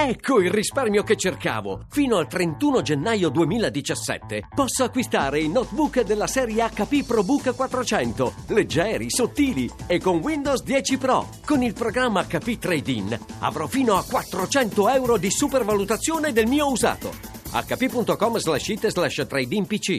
Ecco il risparmio che cercavo! Fino al 31 gennaio 2017 posso acquistare i notebook della serie HP ProBook 400, leggeri, sottili e con Windows 10 Pro. Con il programma HP Trade-in avrò fino a 400 euro di supervalutazione del mio usato. hp.com/it/trade-in-pc.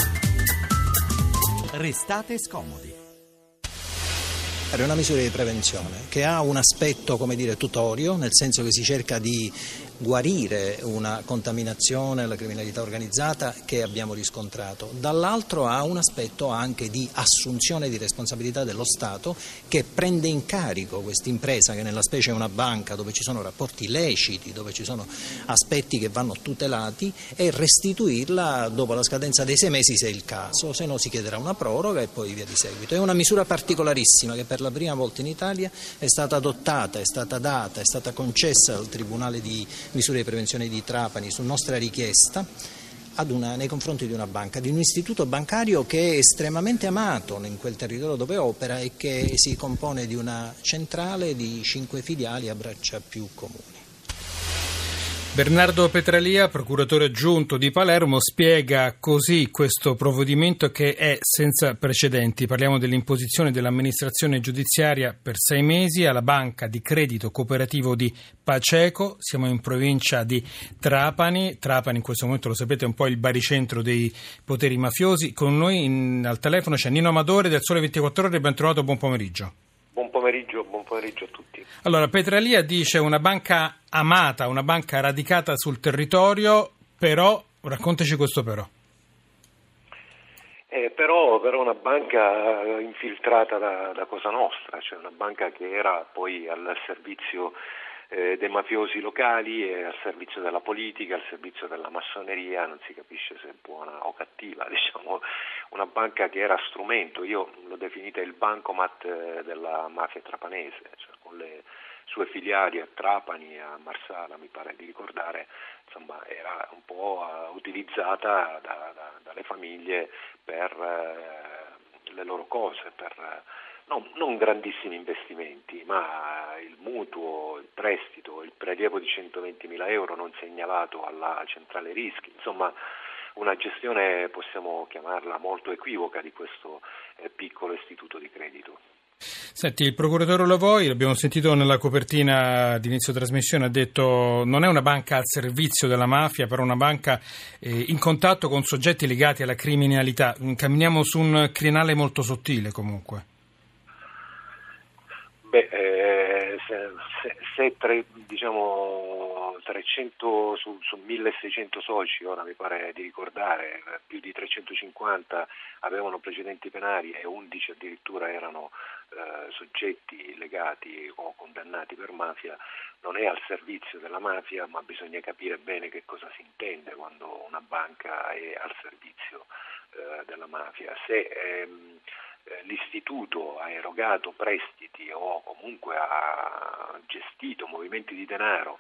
Restate scomodi. È una misura di prevenzione che ha un aspetto, tutorio, nel senso che si cerca di guarire una contaminazione alla criminalità organizzata che abbiamo riscontrato. Dall'altro ha un aspetto anche di assunzione di responsabilità dello Stato, che prende in carico questa impresa, che nella specie è una banca dove ci sono rapporti leciti, dove ci sono aspetti che vanno tutelati, e restituirla dopo la scadenza dei 6 mesi se è il caso, se no si chiederà una proroga e poi via di seguito. È una misura particolarissima che per la prima volta in Italia è stata adottata, è stata data, è stata concessa al Tribunale di Misure di Prevenzione di Trapani su nostra richiesta nei confronti di una banca, di un istituto bancario che è estremamente amato in quel territorio dove opera e che si compone di una centrale di 5 filiali a braccia più comuni. Bernardo Petralia, procuratore aggiunto di Palermo, spiega così questo provvedimento che è senza precedenti. Parliamo dell'imposizione dell'amministrazione giudiziaria per 6 mesi alla banca di credito cooperativo di Paceco. Siamo in provincia di Trapani. Trapani in questo momento, lo sapete, è un po' il baricentro dei poteri mafiosi. Con noi al telefono c'è Nino Amadori del Sole 24 Ore. Ben trovato, buon pomeriggio. Buon pomeriggio a tutti. Allora, Petralia dice una banca amata, una banca radicata sul territorio, però, raccontaci questo però. Però una banca infiltrata da Cosa Nostra, cioè una banca che era poi al servizio dei mafiosi locali e al servizio della politica, al servizio della massoneria, non si capisce se è buona o cattiva, una banca che era strumento. Io l'ho definita il bancomat della mafia trapanese, cioè con le sue filiali a Trapani e a Marsala, mi pare di ricordare, insomma era un po' utilizzata dalle famiglie per le loro cose, per non grandissimi investimenti, ma il mutuo, il prestito, il prelievo di 120.000 euro non segnalato alla centrale rischi, insomma una gestione, possiamo chiamarla, molto equivoca di questo piccolo istituto di credito. Senti, il procuratore Lavoi, l'abbiamo sentito nella copertina di inizio trasmissione, ha detto non è una banca al servizio della mafia, però una banca in contatto con soggetti legati alla criminalità. Camminiamo su un crinale molto sottile comunque. Se 300 su 1600 soci, ora mi pare di ricordare, più di 350 avevano precedenti penali e 11 addirittura erano soggetti legati o condannati per mafia, non è al servizio della mafia, ma bisogna capire bene che cosa si intende quando una banca è al servizio della mafia. Se l'istituto ha erogato prestiti o comunque ha gestito movimenti di denaro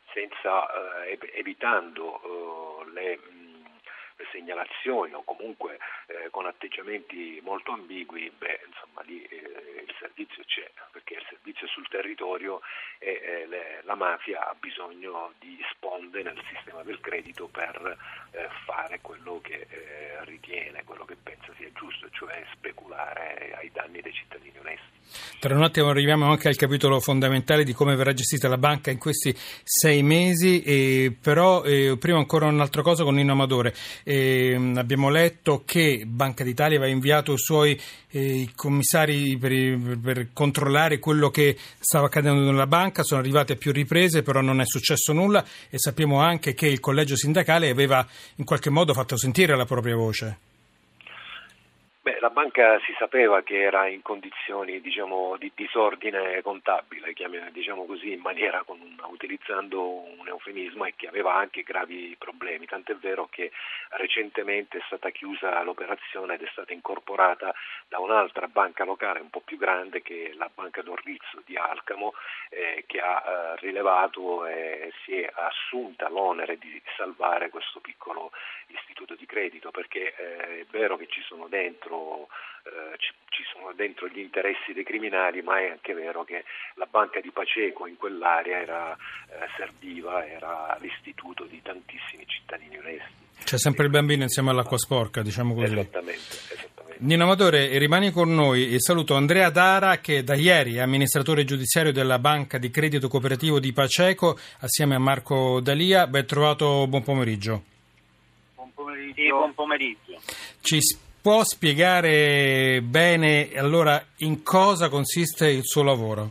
evitando le segnalazioni o comunque con atteggiamenti molto ambigui, lì il servizio c'è, perché il servizio è sul territorio e la mafia ha bisogno di sponde nel sistema del credito per fare quello che ritiene, quello che pensa sia giusto, cioè speculare ai danni dei cittadini onesti. Tra un attimo arriviamo anche al capitolo fondamentale di come verrà gestita la banca in questi 6 mesi, però prima ancora un'altra cosa con Nino Amadore. Abbiamo letto che Banca d'Italia aveva inviato i suoi commissari per controllare quello che stava accadendo nella banca, sono arrivate a più riprese, però non è successo nulla, e sappiamo anche che il collegio sindacale aveva in qualche modo fatto sentire la propria voce. La banca si sapeva che era in condizioni, di disordine contabile, diciamo così, in maniera utilizzando un eufemismo, e che aveva anche gravi problemi, tant'è vero che recentemente è stata chiusa l'operazione ed è stata incorporata da un'altra banca locale un po' più grande, che è la Banca d'Orrizzo di Alcamo, che ha rilevato e si è assunta l'onere di salvare questo piccolo istituto istituto di credito, perché è vero che ci sono dentro gli interessi dei criminali, ma è anche vero che la banca di Paceco in quell'area era l'istituto di tantissimi cittadini onesti. C'è sempre il bambino insieme all'acqua sporca, diciamo così. Esattamente. Nino Amatore, rimani con noi e saluto Andrea Dara, che da ieri è amministratore giudiziario della Banca di Credito Cooperativo di Paceco, assieme a Marco D'Alia. Ben trovato, buon pomeriggio. Buon pomeriggio. Sì, buon pomeriggio. Ci può spiegare bene allora in cosa consiste il suo lavoro?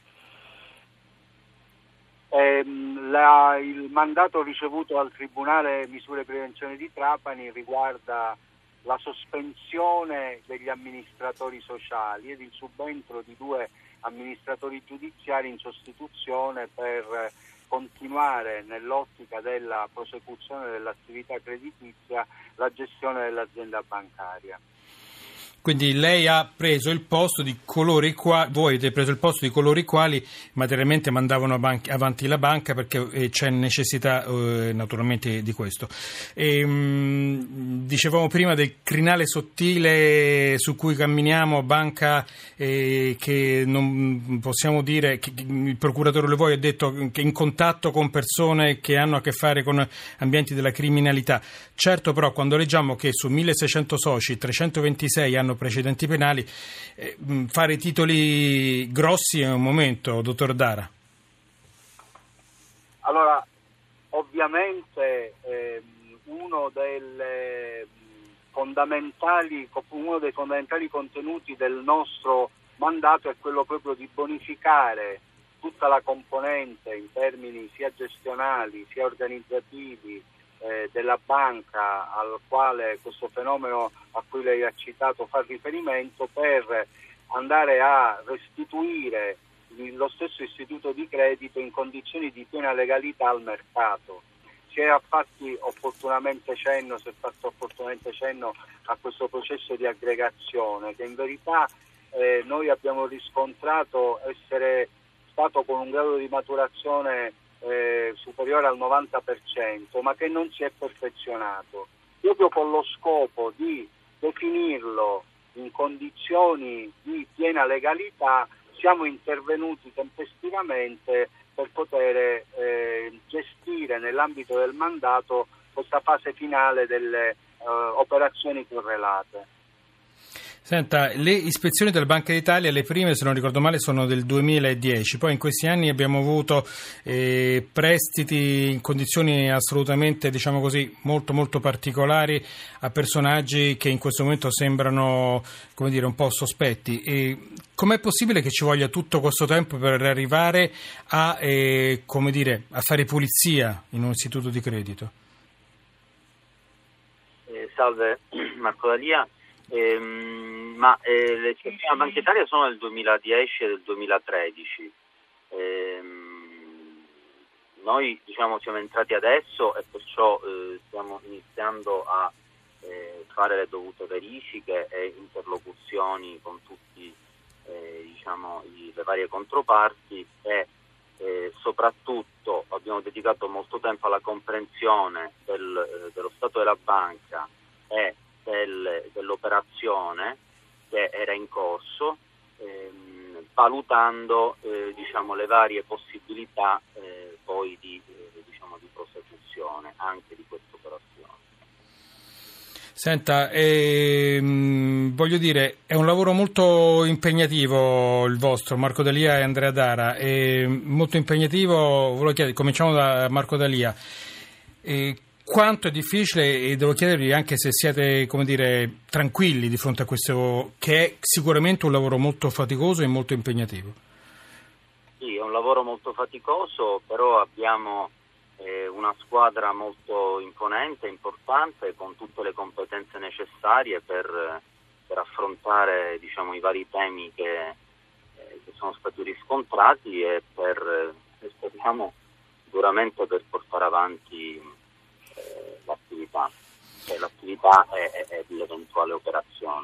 Il mandato ricevuto dal Tribunale Misure e Prevenzione di Trapani riguarda la sospensione degli amministratori sociali ed il subentro di 2 amministratori giudiziari in sostituzione per continuare nell'ottica della prosecuzione dell'attività creditizia la gestione dell'azienda bancaria. Quindi lei ha preso il posto di coloro i quali, voi avete preso il posto di coloro i quali materialmente mandavano avanti la banca, perché c'è necessità naturalmente di questo. Dicevamo prima del crinale sottile su cui camminiamo, banca che non possiamo dire, che il procuratore Levoi ha detto che in contatto con persone che hanno a che fare con ambienti della criminalità. Certo, però, quando leggiamo che su 1600 soci 326 hanno precedenti penali, fare titoli grossi è un momento, dottor Dara. Allora, ovviamente uno dei fondamentali contenuti del nostro mandato è quello proprio di bonificare tutta la componente in termini sia gestionali sia organizzativi della banca al quale questo fenomeno a cui lei ha citato fa riferimento, per andare a restituire lo stesso istituto di credito in condizioni di piena legalità al mercato. Si è fatto opportunamente cenno a questo processo di aggregazione che in verità noi abbiamo riscontrato essere stato con un grado di maturazione superiore al 90%, ma che non si è perfezionato, proprio con lo scopo di definirlo in condizioni di piena legalità. Siamo intervenuti tempestivamente per poter gestire nell'ambito del mandato questa fase finale delle operazioni correlate. Senta, le ispezioni della Banca d'Italia, le prime, se non ricordo male, sono del 2010, poi in questi anni abbiamo avuto prestiti in condizioni assolutamente, diciamo così, molto molto particolari a personaggi che in questo momento sembrano, come dire, un po' sospetti. Com'è possibile che ci voglia tutto questo tempo per arrivare a, come dire, a fare pulizia in un istituto di credito? Salve, Marco D'Alia. Le ispezioni alla Banca d'Italia sono del 2010 e del 2013. Noi siamo entrati adesso e perciò stiamo iniziando a fare le dovute verifiche e interlocuzioni con tutti le varie controparti e soprattutto abbiamo dedicato molto tempo alla comprensione dello stato della banca e dell'operazione che era in corso, valutando le varie possibilità poi di prosecuzione anche di questa operazione. Senta, voglio dire, è un lavoro molto impegnativo il vostro, Marco D'Alia e Andrea Dara, molto impegnativo. Volevo chiedere, cominciamo da Marco D'Alia. Quanto è difficile, e devo chiedervi anche se siete, come dire, tranquilli di fronte a questo, che è sicuramente un lavoro molto faticoso e molto impegnativo. Sì, è un lavoro molto faticoso, però abbiamo una squadra molto imponente, importante, con tutte le competenze necessarie per affrontare i vari temi che sono stati riscontrati e speriamo duramente per portare avanti l'attività, è l'eventuale operazione.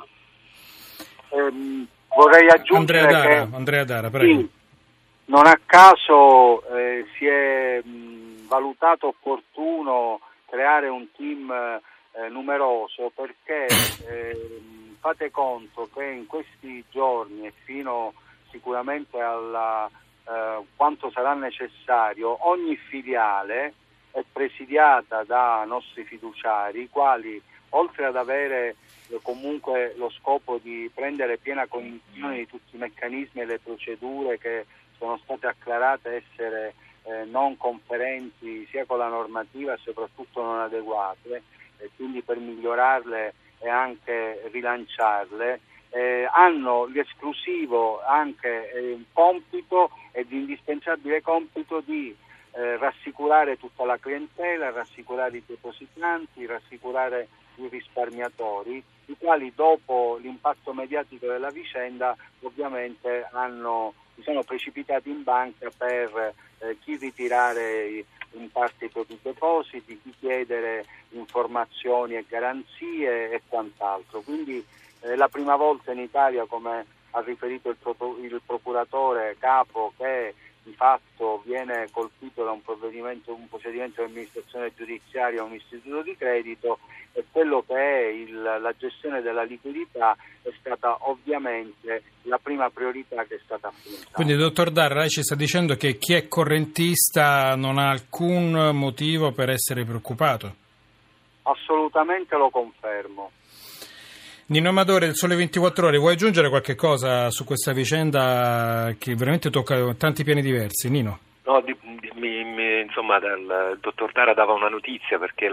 Vorrei aggiungere Andrea Dara, prego. Sì, non a caso si è valutato opportuno creare un team numeroso, perché fate conto che in questi giorni e fino sicuramente alla quanto sarà necessario, ogni filiale è presidiata da nostri fiduciari, i quali, oltre ad avere comunque lo scopo di prendere piena cognizione di tutti i meccanismi e le procedure che sono state acclarate essere non conferenti sia con la normativa e soprattutto non adeguate, e quindi per migliorarle e anche rilanciarle, hanno l'esclusivo anche compito ed indispensabile compito di rassicurare tutta la clientela, rassicurare i depositanti, rassicurare i risparmiatori, i quali dopo l'impatto mediatico della vicenda ovviamente si sono precipitati in banca per chi ritirare in parte i propri depositi, chi chiedere informazioni e garanzie e quant'altro. Quindi la prima volta in Italia, come ha riferito il procuratore capo, che di fatto viene colpito da un procedimento di amministrazione giudiziaria a un istituto di credito, e quello che è la gestione della liquidità è stata ovviamente la prima priorità che è stata affrontata. Quindi, dottor Darra, lei ci sta dicendo che chi è correntista non ha alcun motivo per essere preoccupato? Assolutamente lo confermo. Nino Amadore, del Sole 24 Ore, vuoi aggiungere qualche cosa su questa vicenda che veramente tocca tanti piani diversi? Nino? No, insomma, il dottor Darra dava una notizia, perché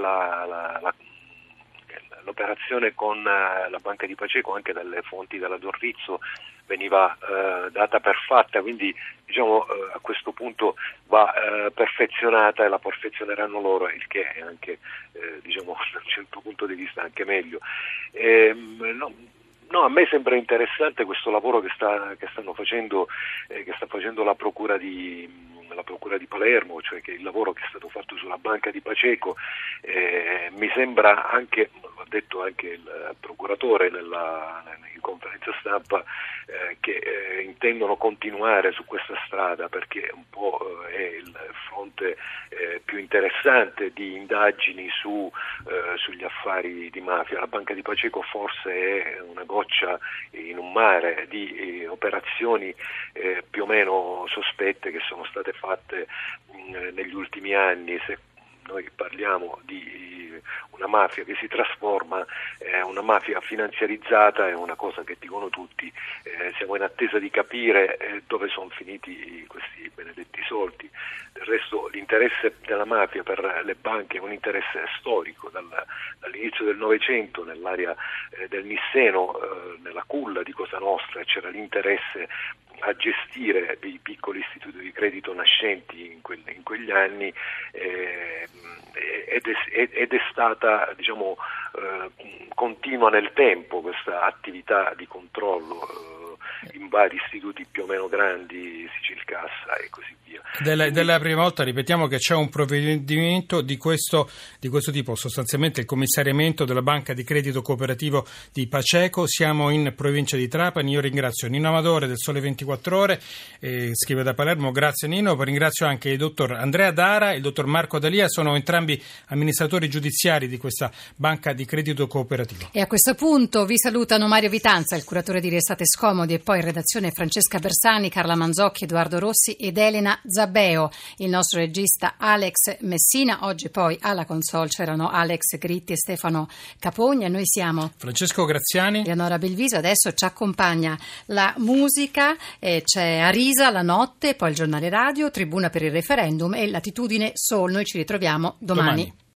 l'operazione con la Banca di Paceco, anche dalle fonti della Dorrizzo, veniva data per fatta, quindi diciamo a questo punto va perfezionata, e la perfezioneranno loro, il che è anche diciamo da un certo punto di vista anche meglio. No, a me sembra interessante questo lavoro che sta facendo la Procura di Palermo, cioè che il lavoro che è stato fatto sulla Banca di Paceco, mi sembra anche, l'ha detto anche il procuratore in conferenza stampa, che intendono continuare su questa strada, perché un po' è il fronte più interessante di indagini sugli affari di mafia. La Banca di Paceco forse è una goccia in un mare di operazioni più o meno sospette che sono state fatte negli ultimi anni. Se noi parliamo di una mafia che si trasforma, una mafia finanziarizzata, è una cosa che dicono tutti. Siamo in attesa di capire dove sono finiti questi benedetti soldi. Del resto l'interesse della mafia per le banche è un interesse storico, dall'inizio del Novecento nell'area del Nisseno, nella culla di Cosa Nostra, c'era l'interesse a gestire dei piccoli istituti di credito nascenti in quegli anni, ed è stata, diciamo, continua nel tempo questa attività di controllo in vari istituti più o meno grandi, Sicilcassa e così via. Della prima volta, ripetiamo che c'è un provvedimento di questo tipo, sostanzialmente il commissariamento della Banca di Credito Cooperativo di Paceco. Siamo in provincia di Trapani. Io ringrazio Nino Amadore del Sole 24 Ore, scrive da Palermo. Grazie Nino. Ringrazio anche il dottor Andrea Dara e il dottor Marco D'Alia, sono entrambi amministratori giudiziari di questa Banca di Credito Cooperativo. E a questo punto vi salutano Mario Vitanza, il curatore di Restate Scomodi, e poi in redazione Francesca Bersani, Carla Manzocchi, Edoardo Rossi ed Elena Zabbeo, il nostro regista Alex Messina. Oggi poi alla console c'erano Alex Gritti e Stefano Capogna. Noi siamo Francesco Graziani, Leonora Belviso. Adesso ci accompagna la musica, c'è Arisa, La Notte, poi il giornale radio, Tribuna per il referendum e Latitudine Soul. Noi ci ritroviamo domani.